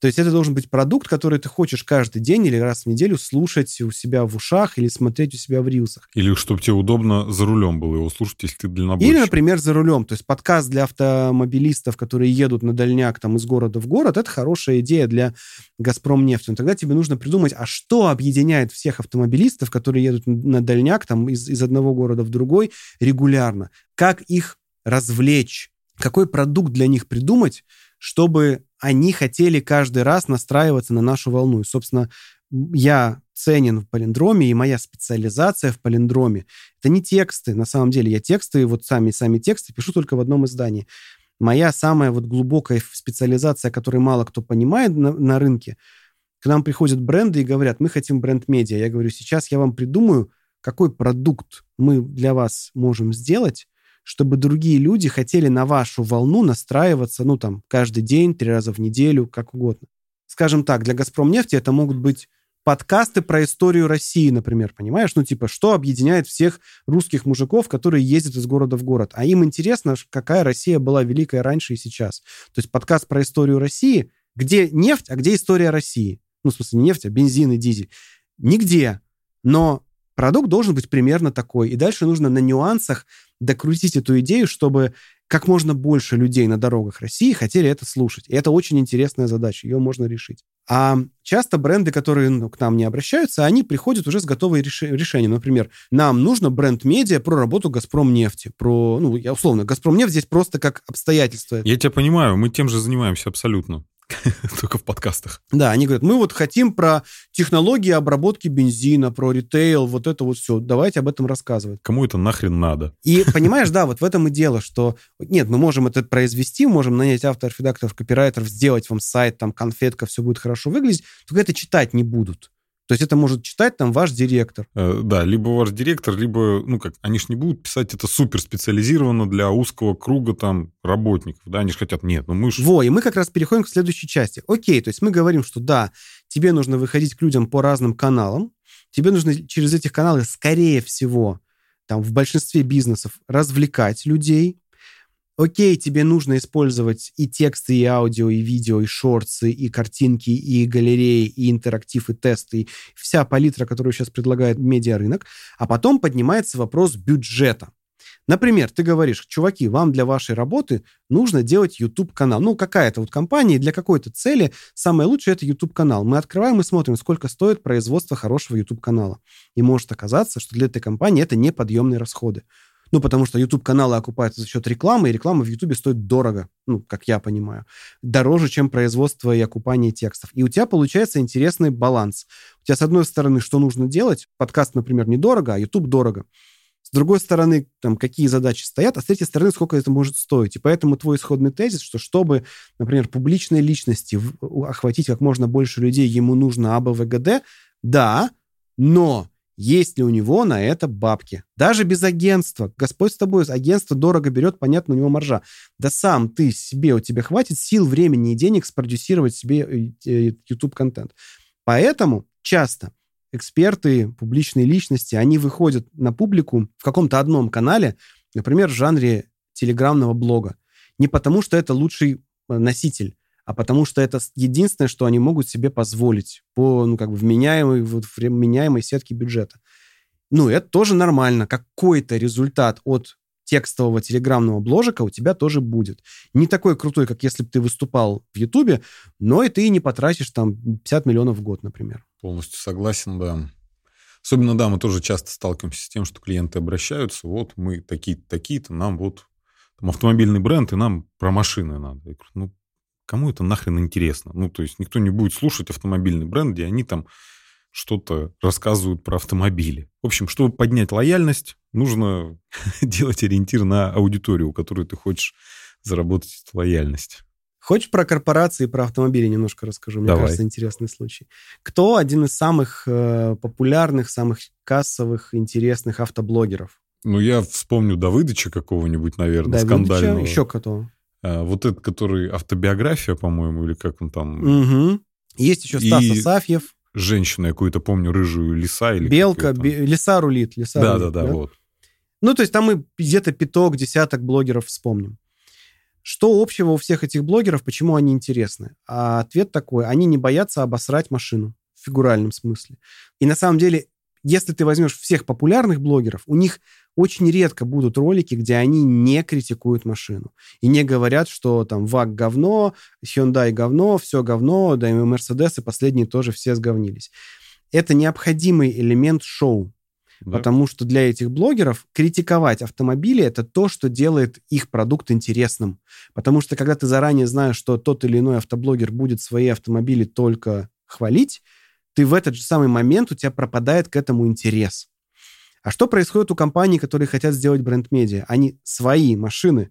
То есть это должен быть продукт, который ты хочешь каждый день или раз в неделю слушать у себя в ушах или смотреть у себя в рилсах. Или чтобы тебе удобно за рулем было его слушать, если ты дальнобойщик. Или, например, за рулем. То есть подкаст для автомобилистов, которые едут на дальняк там, из города в город, это хорошая идея для «Газпромнефти». Но тогда тебе нужно придумать, а что объединяет всех автомобилистов, которые едут на дальняк там, из одного города в другой регулярно. Как их развлечь? Какой продукт для них придумать, чтобы они хотели каждый раз настраиваться на нашу волну. И, собственно, я ценен в палиндроме, и моя специализация в палиндроме — это не тексты, на самом деле. Я тексты, вот сами тексты пишу только в одном издании. Моя самая вот глубокая специализация, которую мало кто понимает на рынке, к нам приходят бренды и говорят, мы хотим бренд-медиа. Я говорю, сейчас я вам придумаю, какой продукт мы для вас можем сделать, чтобы другие люди хотели на вашу волну настраиваться, ну, там, каждый день, 3 раза в неделю, как угодно. Скажем так, для «Газпромнефти» это могут быть подкасты про историю России, например, понимаешь? Ну, типа, что объединяет всех русских мужиков, которые ездят из города в город. А им интересно, какая Россия была великая раньше и сейчас. То есть подкаст про историю России, где нефть, а где история России. Ну, в смысле, не нефть, а бензин и дизель. Нигде. Но продукт должен быть примерно такой. И дальше нужно на нюансах докрутить эту идею, чтобы как можно больше людей на дорогах России хотели это слушать. И это очень интересная задача, ее можно решить. А часто бренды, которые к нам не обращаются, они приходят уже с готовой решением. Например, нам нужно бренд-медиа про работу «Газпромнефти». Я условно, «Газпромнефть» здесь просто как обстоятельство. Я тебя понимаю, мы тем же занимаемся абсолютно. Только в подкастах. Да, они говорят, мы вот хотим про технологии обработки бензина, про ритейл, вот это вот все. Давайте об этом рассказывать. Кому это нахрен надо? И понимаешь, да, вот в этом и дело, что нет, мы можем это произвести, можем нанять авторов, редакторов, копирайтеров, сделать вам сайт, там, конфетка, все будет хорошо выглядеть, только это читать не будут. То есть это может читать там ваш директор. Да, либо ваш директор, либо, они же не будут писать это суперспециализированно для узкого круга там работников, да, они же хотят, нет, мы же... И мы как раз переходим к следующей части. Окей, то есть мы говорим, что да, тебе нужно выходить к людям по разным каналам, тебе нужно через эти каналы, скорее всего, там в большинстве бизнесов развлекать людей. Окей, тебе нужно использовать и тексты, и аудио, и видео, и шортсы, и картинки, и галереи, и интерактив, и тесты, и вся палитра, которую сейчас предлагает медиарынок. А потом поднимается вопрос бюджета. Например, ты говоришь, чуваки, вам для вашей работы нужно делать YouTube-канал. Какая-то вот компания для какой-то цели самое лучшее — это YouTube-канал. Мы открываем и смотрим, сколько стоит производство хорошего YouTube-канала. И может оказаться, что для этой компании это неподъемные расходы. Потому что YouTube-каналы окупаются за счет рекламы, и реклама в YouTube стоит дорого, как я понимаю. Дороже, чем производство и окупание текстов. И у тебя получается интересный баланс. У тебя, с одной стороны, что нужно делать? Подкаст, например, недорого, а YouTube дорого. С другой стороны, там, какие задачи стоят, а с третьей стороны, сколько это может стоить. И поэтому твой исходный тезис, что чтобы, например, публичной личности охватить как можно больше людей, ему нужно АБВГД, да, но... Есть ли у него на это бабки? Даже без агентства. Господь с тобой, агентство дорого берет, понятно, у него маржа. Да сам у тебя хватит сил, времени и денег спродюсировать себе YouTube-контент. Поэтому часто эксперты, публичные личности, они выходят на публику в каком-то одном канале, например, в жанре телеграмного блога. Не потому, что это лучший носитель, а потому что это единственное, что они могут себе позволить по, вменяемой сетке бюджета. Это тоже нормально. Какой-то результат от текстового телеграмного бложика у тебя тоже будет. Не такой крутой, как если бы ты выступал в Ютубе, но и ты не потратишь там 50 миллионов в год, например. Полностью согласен, да. Особенно, да, мы тоже часто сталкиваемся с тем, что клиенты обращаются, вот мы такие-то, нам вот там автомобильный бренд, и нам про машины надо. Я говорю, кому это нахрен интересно? То есть никто не будет слушать автомобильный бренд, где они там что-то рассказывают про автомобили. В общем, чтобы поднять лояльность, нужно делать ориентир на аудиторию, у которой ты хочешь заработать эту лояльность. Хочешь про корпорации и про автомобили немножко расскажу? Мне кажется, интересный случай. Кто один из самых популярных, самых кассовых, интересных автоблогеров? Я вспомню Давыдыча какого-нибудь, наверное, скандального. Еще кто? Вот этот, который автобиография, по-моему, или как он там... Угу. Есть еще Стас Асафьев. Женщина, я какую-то помню, рыжую, Лиса или... Белка, Лиса рулит. Да, вот. То есть там мы где-то 5-10 блогеров вспомним. Что общего у всех этих блогеров, почему они интересны? А ответ такой: они не боятся обосрать машину в фигуральном смысле. И на самом деле, если ты возьмешь всех популярных блогеров, у них очень редко будут ролики, где они не критикуют машину и не говорят, что там ВАГ говно, Hyundai говно, все говно, да и Mercedes, и последние тоже все сговнились. Это необходимый элемент шоу. Да. Потому что для этих блогеров критиковать автомобили — это то, что делает их продукт интересным. Потому что когда ты заранее знаешь, что тот или иной автоблогер будет свои автомобили только хвалить, ты в этот же самый момент, у тебя пропадает к этому интерес. А что происходит у компаний, которые хотят сделать бренд-медиа? Они свои машины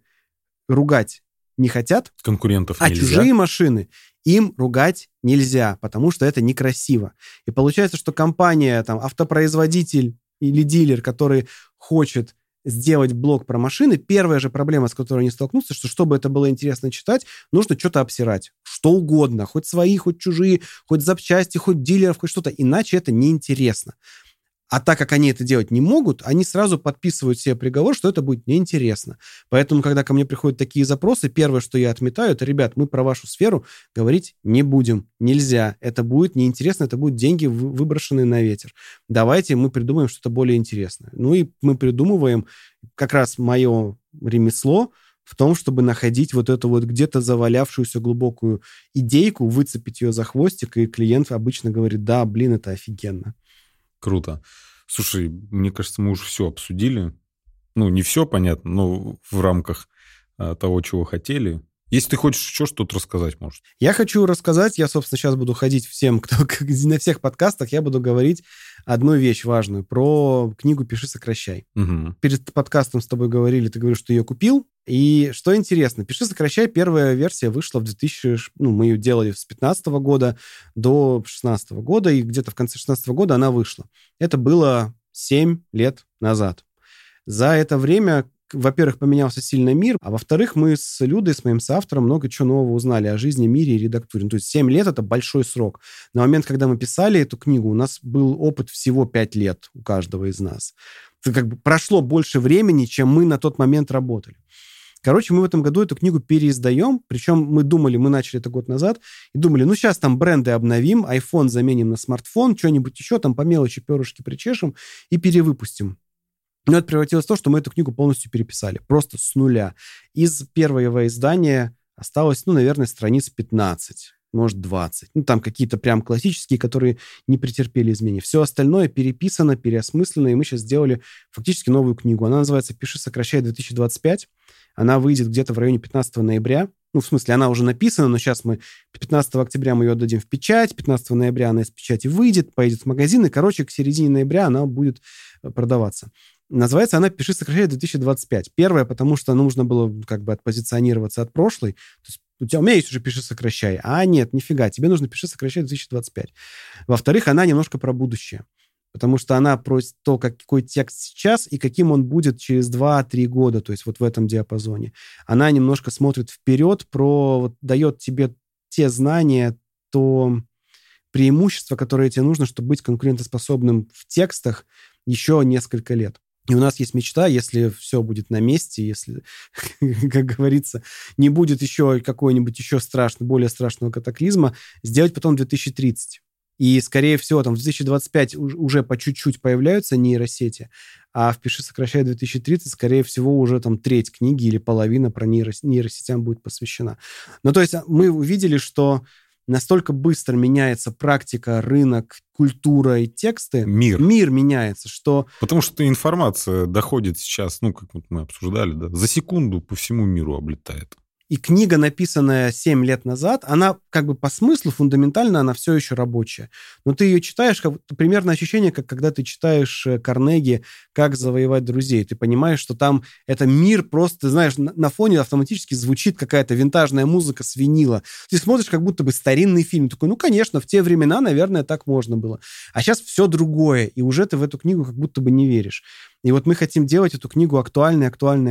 ругать не хотят, конкурентов а нельзя. Чужие машины им ругать нельзя, потому что это некрасиво. И получается, что компания, там, автопроизводитель или дилер, который хочет сделать блог про машины, первая же проблема, с которой они столкнутся, что чтобы это было интересно читать, нужно что-то обсирать. Что угодно. Хоть свои, хоть чужие, хоть запчасти, хоть дилеров, хоть что-то. Иначе это неинтересно. А так как они это делать не могут, они сразу подписывают себе приговор, что это будет неинтересно. Поэтому, когда ко мне приходят такие запросы, первое, что я отметаю, это: ребят, мы про вашу сферу говорить не будем. Нельзя. Это будет неинтересно, это будут деньги, выброшенные на ветер. Давайте мы придумаем что-то более интересное. Ну и мы придумываем, как раз мое ремесло в том, чтобы находить вот эту вот где-то завалявшуюся глубокую идейку, выцепить ее за хвостик, и клиент обычно говорит: да, блин, это офигенно. Круто. Слушай, мне кажется, мы уже все обсудили. Ну, не все, понятно, но в рамках того, чего хотели. Если ты хочешь еще что-то рассказать, может. Я хочу рассказать, я, собственно, сейчас буду ходить всем, кто на всех подкастах, я буду говорить одну вещь важную про книгу «Пиши, сокращай». Угу. Перед подкастом с тобой говорили, ты говоришь, что ты ее купил. И что интересно, «Пиши, сокращай», первая версия вышла в 2000... Ну, мы ее делали с 2015 года до 2016 года, и где-то в конце 2016 года она вышла. Это было 7 лет назад. За это время, во-первых, поменялся сильно мир, а во-вторых, мы с Людой, с моим соавтором, много чего нового узнали о жизни, мире и редактуре. Ну, то есть 7 лет — это большой срок. На момент, когда мы писали эту книгу, у нас был опыт всего 5 лет у каждого из нас. Это как бы прошло больше времени, чем мы на тот момент работали. Короче, мы в этом году эту книгу переиздаем, причем мы начали это год назад, и думали, ну, сейчас там бренды обновим, iPhone заменим на смартфон, что-нибудь еще, там по мелочи перышки причешем и перевыпустим. Но это превратилось в то, что мы эту книгу полностью переписали, просто с нуля. Из первого издания осталось, ну, наверное, страниц 15, может, 20. Ну, там какие-то прям классические, которые не претерпели изменений. Все остальное переписано, переосмыслено, и мы сейчас сделали фактически новую книгу. Она называется «Пиши, сокращай 2025». Она выйдет где-то в районе 15 ноября. Ну, в смысле, она уже написана, но сейчас мы 15 октября мы ее отдадим в печать, 15 ноября она из печати выйдет, поедет в магазин, и, короче, к середине ноября она будет продаваться. Называется она «Пиши, сокращай 2025». Первое, потому что нужно было как бы отпозиционироваться от прошлой. То есть у меня есть уже «Пиши, сокращай». А нет, нифига, тебе нужно «Пиши, сокращай 2025». Во-вторых, она немножко про будущее. Потому что она про то, какой текст сейчас и каким он будет через 2-3 года, то есть вот в этом диапазоне. Она немножко смотрит вперед, дает тебе те знания, то преимущество, которое тебе нужно, чтобы быть конкурентоспособным в текстах еще несколько лет. И у нас есть мечта, если все будет на месте, если, как говорится, не будет еще какой-нибудь еще более страшного катаклизма, сделать потом 2030. И, скорее всего, там в 2025 уже по чуть-чуть появляются нейросети, а в «Пиши, сокращай 2030», скорее всего, уже там треть книги или половина про нейросетям будет посвящена. Ну, то есть мы увидели, что настолько быстро меняется практика, рынок, культура и тексты. Мир меняется, что... Потому что информация доходит сейчас, ну, как вот мы обсуждали, да, за секунду по всему миру облетает. И книга, написанная 7 лет назад, она как бы по смыслу фундаментально, она все еще рабочая. Но ты ее читаешь, примерно ощущение, как когда ты читаешь Карнеги «Как завоевать друзей». Ты понимаешь, что там это мир просто, ты знаешь, на фоне автоматически звучит какая-то винтажная музыка с винила. Ты смотришь как будто бы старинный фильм. Такой, ну, конечно, в те времена, наверное, так можно было. А сейчас все другое, и уже ты в эту книгу как будто бы не веришь. И вот мы хотим делать эту книгу актуальной,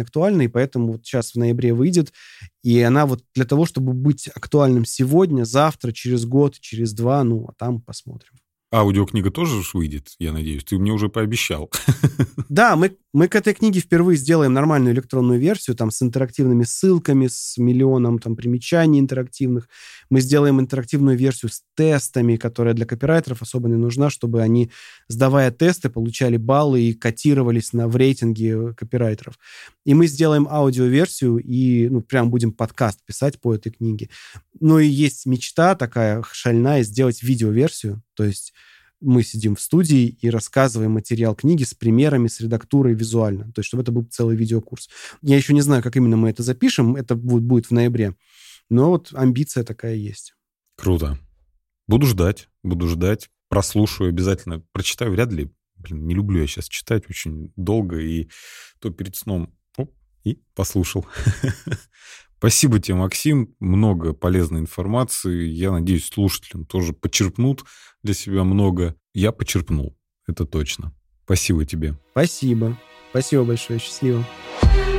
и поэтому вот сейчас в ноябре выйдет, и она вот для того, чтобы быть актуальным сегодня, завтра, через год, через 2, ну, а там посмотрим. Аудиокнига тоже выйдет, я надеюсь? Ты мне уже пообещал. Да, мы Мы к этой книге впервые сделаем нормальную электронную версию, там, с интерактивными ссылками, с миллионом там примечаний интерактивных. Мы сделаем интерактивную версию с тестами, которая для копирайтеров особо не нужна, чтобы они, сдавая тесты, получали баллы и котировались в рейтинге копирайтеров. И мы сделаем аудиоверсию и, прям будем подкаст писать по этой книге. Ну, и есть мечта такая шальная сделать видеоверсию, то есть мы сидим в студии и рассказываем материал книги с примерами, с редактурой визуально. То есть, чтобы это был целый видеокурс. Я еще не знаю, как именно мы это запишем. Это будет в ноябре. Но вот амбиция такая есть. Круто. Буду ждать. Прослушаю обязательно. Прочитаю вряд ли. Не люблю я сейчас читать очень долго. И то перед сном и послушал. Спасибо тебе, Максим. Много полезной информации. Я надеюсь, слушателям тоже почерпнут для себя много. Я почерпнул. Это точно. Спасибо тебе. Спасибо. Спасибо большое. Счастливо.